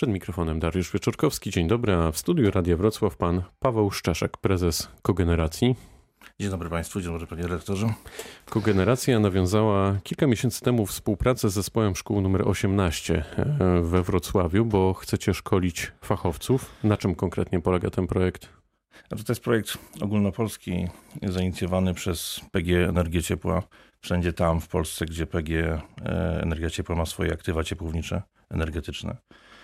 Przed mikrofonem Dariusz Wieczorkowski. Dzień dobry, a w studiu Radia Wrocław pan Paweł Szczeszek, prezes Kogeneracji. Dzień dobry Państwu, dzień dobry Panie Dyrektorze. Kogeneracja nawiązała kilka miesięcy temu współpracę z zespołem szkół nr 18 we Wrocławiu, bo chcecie szkolić fachowców. Na czym konkretnie polega ten projekt? To jest projekt ogólnopolski zainicjowany przez PGE Energię Ciepła. Wszędzie tam w Polsce, gdzie PGE Energia Ciepła ma swoje aktywa ciepłownicze, energetyczne.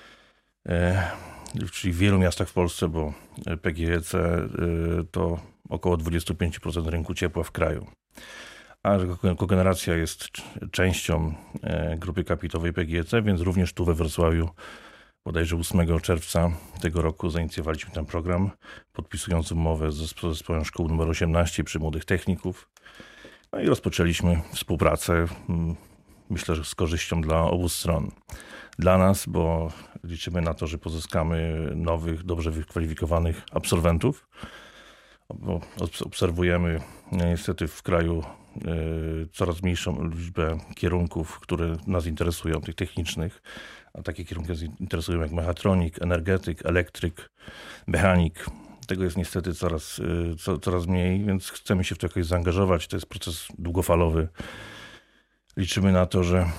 Czyli w wielu miastach w Polsce, bo PGEC to około 25% rynku ciepła w kraju. A kogeneracja jest częścią grupy kapitałowej PGEC, więc również tu we Wrocławiu bodajże 8 czerwca tego roku zainicjowaliśmy ten program, podpisując umowę z zespołem szkół nr 18 przy młodych techników. No i rozpoczęliśmy współpracę, myślę, że z korzyścią dla obu stron. Dla nas, bo liczymy na to, że pozyskamy nowych, dobrze wykwalifikowanych absolwentów. Bo obserwujemy niestety w kraju coraz mniejszą liczbę kierunków, które nas interesują, tych technicznych. A takie kierunki nas interesują jak mechatronik, energetyk, elektryk, mechanik. Tego jest niestety coraz mniej, więc chcemy się w to jakoś zaangażować. To jest proces długofalowy. Liczymy na to, że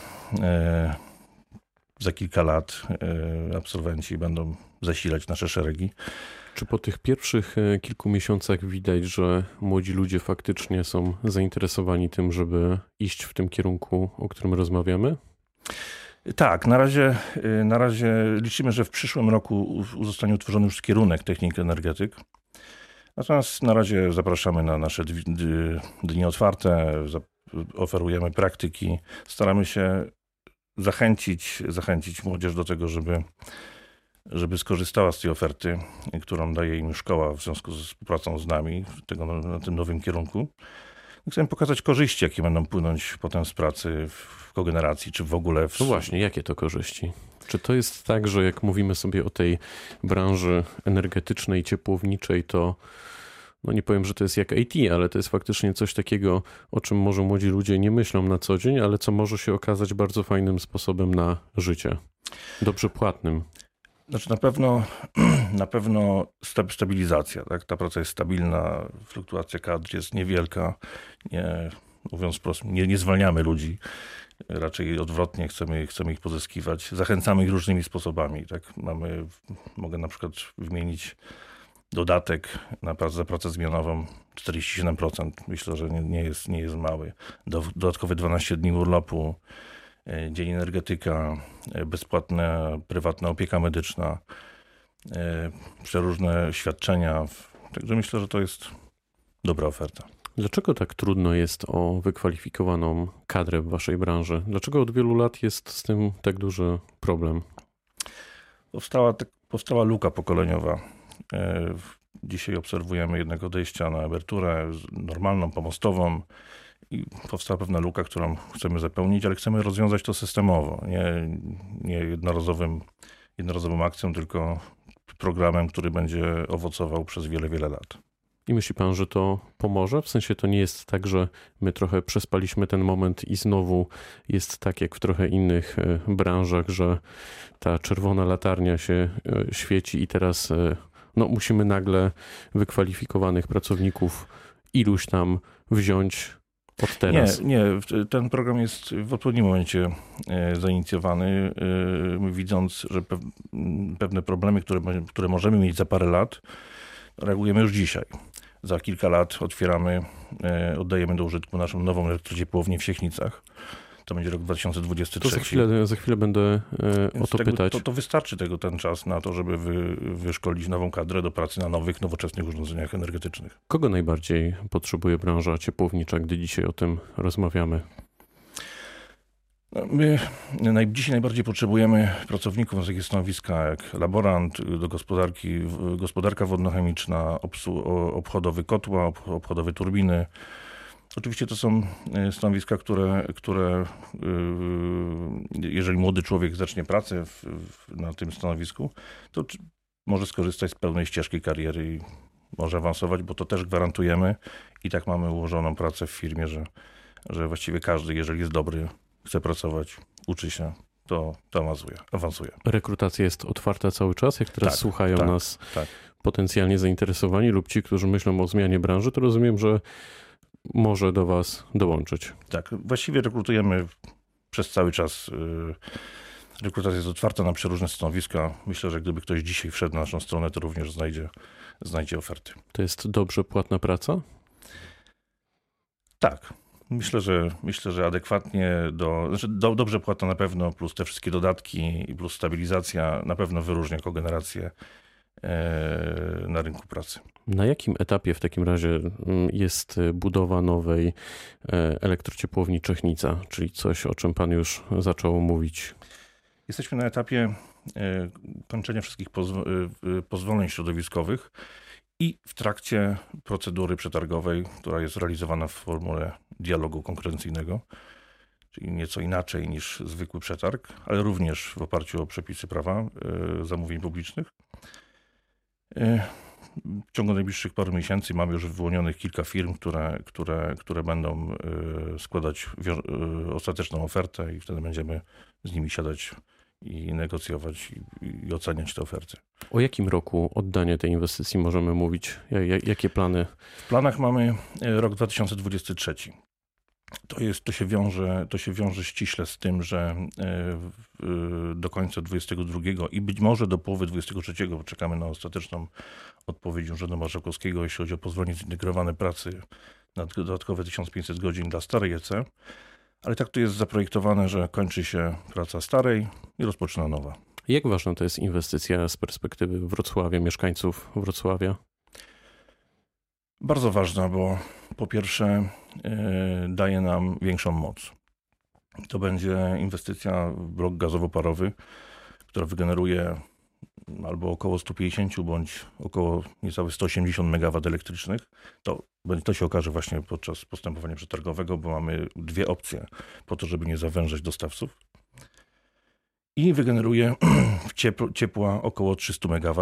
za kilka lat absolwenci będą zasilać nasze szeregi. Czy po tych pierwszych kilku miesiącach widać, że młodzi ludzie faktycznie są zainteresowani tym, żeby iść w tym kierunku, o którym rozmawiamy? Tak, na razie liczymy, że w przyszłym roku zostanie utworzony już kierunek technik energetyk. Natomiast na razie zapraszamy na nasze dni otwarte, oferujemy praktyki, staramy się zachęcić młodzież do tego, żeby skorzystała z tej oferty, którą daje im szkoła w związku ze współpracą z nami na tym nowym kierunku. Chcemy pokazać korzyści, jakie będą płynąć potem z pracy w kogeneracji, czy w ogóle No właśnie, jakie to korzyści? Czy to jest tak, że jak mówimy sobie o tej branży energetycznej, ciepłowniczej, to no nie powiem, że to jest jak IT, ale to jest faktycznie coś takiego, o czym może młodzi ludzie nie myślą na co dzień, ale co może się okazać bardzo fajnym sposobem na życie, dobrze płatnym. Znaczy na pewno stabilizacja, tak? Ta praca jest stabilna, fluktuacja kadr jest niewielka. Mówiąc wprost, nie zwalniamy ludzi, raczej odwrotnie chcemy ich pozyskiwać. Zachęcamy ich różnymi sposobami. Tak? Mogę na przykład wymienić dodatek za pracę zmianową 47%. Myślę, że nie jest mały. Dodatkowe 12 dni urlopu. Dzień energetyka, bezpłatna prywatna opieka medyczna, przeróżne świadczenia. Także myślę, że to jest dobra oferta. Dlaczego tak trudno jest o wykwalifikowaną kadrę w waszej branży? Dlaczego od wielu lat jest z tym tak duży problem? Powstała luka pokoleniowa. Dzisiaj obserwujemy jednak odejścia na emeryturę normalną, pomostową. I powstała pewna luka, którą chcemy zapełnić, ale chcemy rozwiązać to systemowo. Nie jednorazową akcją, tylko programem, który będzie owocował przez wiele, wiele lat. I myśli pan, że to pomoże? W sensie to nie jest tak, że my trochę przespaliśmy ten moment i znowu jest tak jak w trochę innych branżach, że ta czerwona latarnia się świeci i teraz musimy nagle wykwalifikowanych pracowników iluś tam wziąć od teraz. Nie. Ten program jest w odpowiednim momencie zainicjowany, widząc, że pewne problemy, które możemy mieć za parę lat, reagujemy już dzisiaj. Za kilka lat oddajemy do użytku naszą nową elektrociepłownię w Siechnicach. To będzie rok 2023. To za chwilę będę o to pytać. To wystarczy ten czas na to, żeby wyszkolić nową kadrę do pracy na nowych, nowoczesnych urządzeniach energetycznych. Kogo najbardziej potrzebuje branża ciepłownicza, gdy dzisiaj o tym rozmawiamy? My dzisiaj najbardziej potrzebujemy pracowników na takie stanowiska jak laborant do gospodarka wodno-chemiczna, obchodowy kotła, obchodowy turbiny. Oczywiście to są stanowiska, które jeżeli młody człowiek zacznie pracę na tym stanowisku, to może skorzystać z pełnej ścieżki kariery i może awansować, bo to też gwarantujemy i tak mamy ułożoną pracę w firmie, że właściwie każdy, jeżeli jest dobry, chce pracować, uczy się, to awansuje. Rekrutacja jest otwarta cały czas? Jak teraz słuchają nas potencjalnie zainteresowani lub ci, którzy myślą o zmianie branży, to rozumiem, że może do was dołączyć. Tak, właściwie rekrutujemy przez cały czas. Rekrutacja jest otwarta na przeróżne stanowiska. Myślę, że gdyby ktoś dzisiaj wszedł na naszą stronę, to również znajdzie oferty. To jest dobrze płatna praca? Tak. Myślę, że adekwatnie dobrze płatna na pewno, plus te wszystkie dodatki, plus stabilizacja na pewno wyróżnia kogenerację na rynku pracy. Na jakim etapie w takim razie jest budowa nowej elektrociepłowni Czechnica, czyli coś, o czym pan już zaczął mówić? Jesteśmy na etapie kończenia wszystkich pozwoleń środowiskowych i w trakcie procedury przetargowej, która jest realizowana w formule dialogu konkurencyjnego, czyli nieco inaczej niż zwykły przetarg, ale również w oparciu o przepisy prawa zamówień publicznych. W ciągu najbliższych paru miesięcy mamy już wyłonionych kilka firm, które będą składać ostateczną ofertę i wtedy będziemy z nimi siadać i negocjować i oceniać te oferty. O jakim roku oddania tej inwestycji możemy mówić? Jakie plany? W planach mamy rok 2023. To się wiąże ściśle z tym, że do końca 2022 i być może do połowy 2023, bo czekamy na ostateczną odpowiedź Urzędu Marszałkowskiego, jeśli chodzi o pozwolenie zintegrowane pracy na dodatkowe 1500 godzin dla starej EC. Ale tak to jest zaprojektowane, że kończy się praca starej i rozpoczyna nowa. Jak ważna to jest inwestycja z perspektywy Wrocławia, mieszkańców Wrocławia? Bardzo ważna, bo po pierwsze daje nam większą moc. To będzie inwestycja w blok gazowo-parowy, która wygeneruje albo około 150 bądź około niecałe 180 MW elektrycznych. To się okaże właśnie podczas postępowania przetargowego, bo mamy dwie opcje po to, żeby nie zawężać dostawców. I wygeneruje ciepła około 300 MW.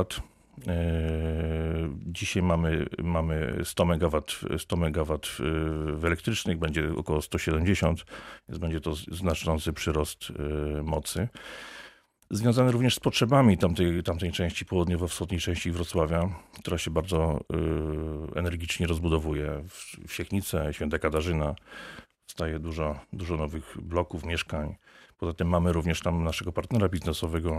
Dzisiaj mamy 100 MW w elektrycznych, będzie około 170, więc będzie to znaczący przyrost mocy. Związany również z potrzebami tamtej części południowo-wschodniej części Wrocławia, która się bardzo energicznie rozbudowuje. W Siechnice, Święta Katarzyna powstaje dużo nowych bloków, mieszkań. Poza tym mamy również tam naszego partnera biznesowego,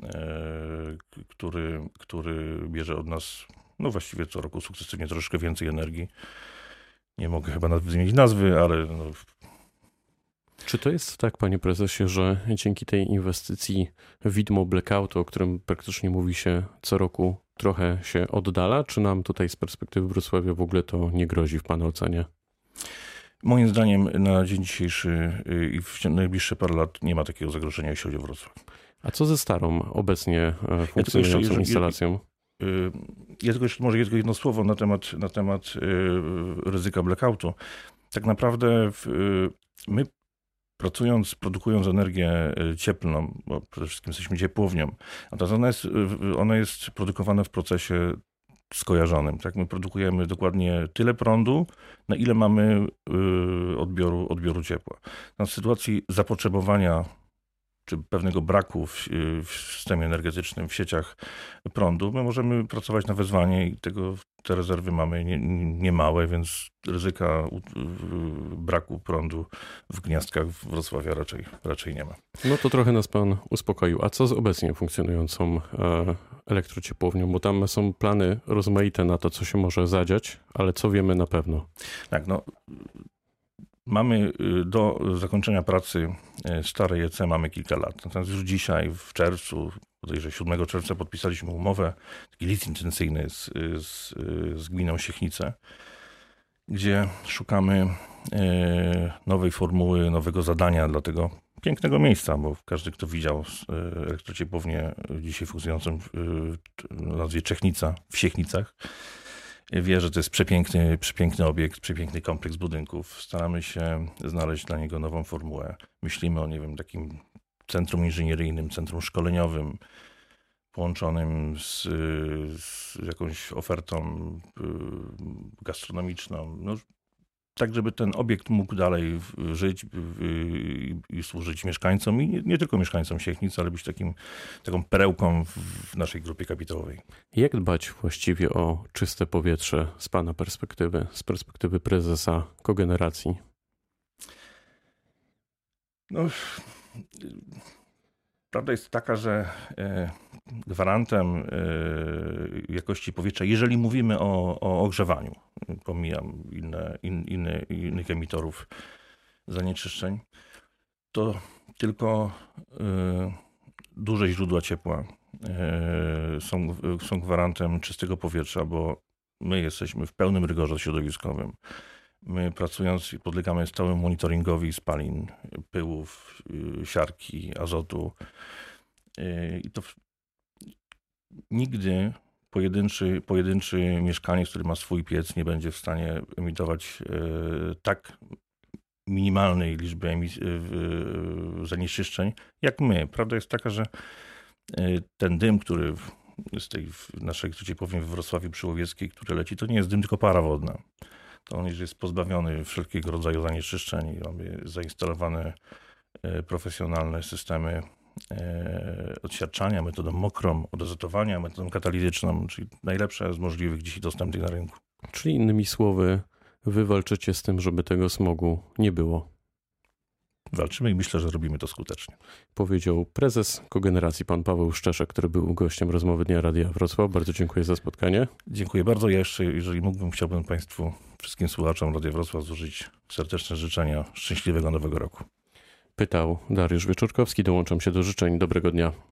który bierze od nas właściwie co roku sukcesywnie troszkę więcej energii. Nie mogę chyba nawet zmienić nazwy, ale... Czy to jest tak, panie prezesie, że dzięki tej inwestycji widmo blackoutu, o którym praktycznie mówi się co roku, trochę się oddala? Czy nam tutaj z perspektywy Wrocławia w ogóle to nie grozi w pana ocenie? Moim zdaniem na dzień dzisiejszy i w najbliższe parę lat nie ma takiego zagrożenia, jeśli chodzi o Wrocław. A co ze starą, obecnie funkcjonującą instalacją? Ja tylko jeszcze może jedno słowo na temat ryzyka blackoutu. Tak naprawdę my produkując energię cieplną, bo przede wszystkim jesteśmy ciepłownią, natomiast ona jest produkowana w procesie skojarzonym. Tak? My produkujemy dokładnie tyle prądu, na ile mamy odbioru ciepła. W sytuacji zapotrzebowania czy pewnego braku w systemie energetycznym, w sieciach prądu, my możemy pracować na wezwanie i te rezerwy mamy niemałe, więc ryzyka braku prądu w gniazdkach Wrocławia raczej nie ma. No to trochę nas pan uspokoił. A co z obecnie funkcjonującą elektrociepłownią? Bo tam są plany rozmaite na to, co się może zadziać, ale co wiemy na pewno? Tak, mamy do zakończenia pracy starej EC mamy kilka lat. Natomiast już dzisiaj w czerwcu, bodajże 7 czerwca podpisaliśmy umowę, taki list intencyjny z gminą Siechnice, gdzie szukamy nowej formuły, nowego zadania dla tego pięknego miejsca, bo każdy, kto widział elektrociepłownię dzisiaj funkcjonującą w nazwie Czechnica w Siechnicach, wie, że to jest przepiękny obiekt, przepiękny kompleks budynków. Staramy się znaleźć dla niego nową formułę. Myślimy o, takim centrum inżynieryjnym, centrum szkoleniowym, połączonym z jakąś ofertą gastronomiczną. tak żeby ten obiekt mógł dalej żyć i służyć mieszkańcom i nie tylko mieszkańcom Siechnic, ale być taką perełką w naszej grupie kapitałowej. Jak dbać właściwie o czyste powietrze z pana perspektywy, z perspektywy prezesa kogeneracji? No, prawda jest taka, że gwarantem jakości powietrza, jeżeli mówimy o ogrzewaniu, pomijam innych emitorów zanieczyszczeń, to tylko duże źródła ciepła są gwarantem czystego powietrza, bo my jesteśmy w pełnym rygorze środowiskowym. My pracując podlegamy stałemu monitoringowi spalin, pyłów, siarki, azotu. I to nigdy pojedynczy mieszkaniec, który ma swój piec, nie będzie w stanie emitować tak minimalnej liczby zanieczyszczeń jak my. Prawda jest taka, że ten dym, który z tej naszej, że powiem, w Wrocławiu Przyłowieckiej, który leci, to nie jest dym, tylko para wodna. To on już jest pozbawiony wszelkiego rodzaju zanieczyszczeń. Mamy zainstalowane profesjonalne systemy odsiarczania metodą mokrą, odazotowania metodą katalityczną, czyli najlepsze z możliwych dzisiaj dostępnych na rynku. Czyli innymi słowy, wy walczycie z tym, żeby tego smogu nie było. Walczymy i myślę, że robimy to skutecznie. Powiedział prezes kogeneracji, pan Paweł Szczeszek, który był gościem rozmowy Dnia Radia Wrocław. Bardzo dziękuję za spotkanie. Dziękuję bardzo. Ja jeszcze, jeżeli mógłbym, chciałbym Państwu, wszystkim słuchaczom Radia Wrocław złożyć serdeczne życzenia szczęśliwego nowego roku. Pytał Dariusz Wieczorkowski. Dołączam się do życzeń. Dobrego dnia.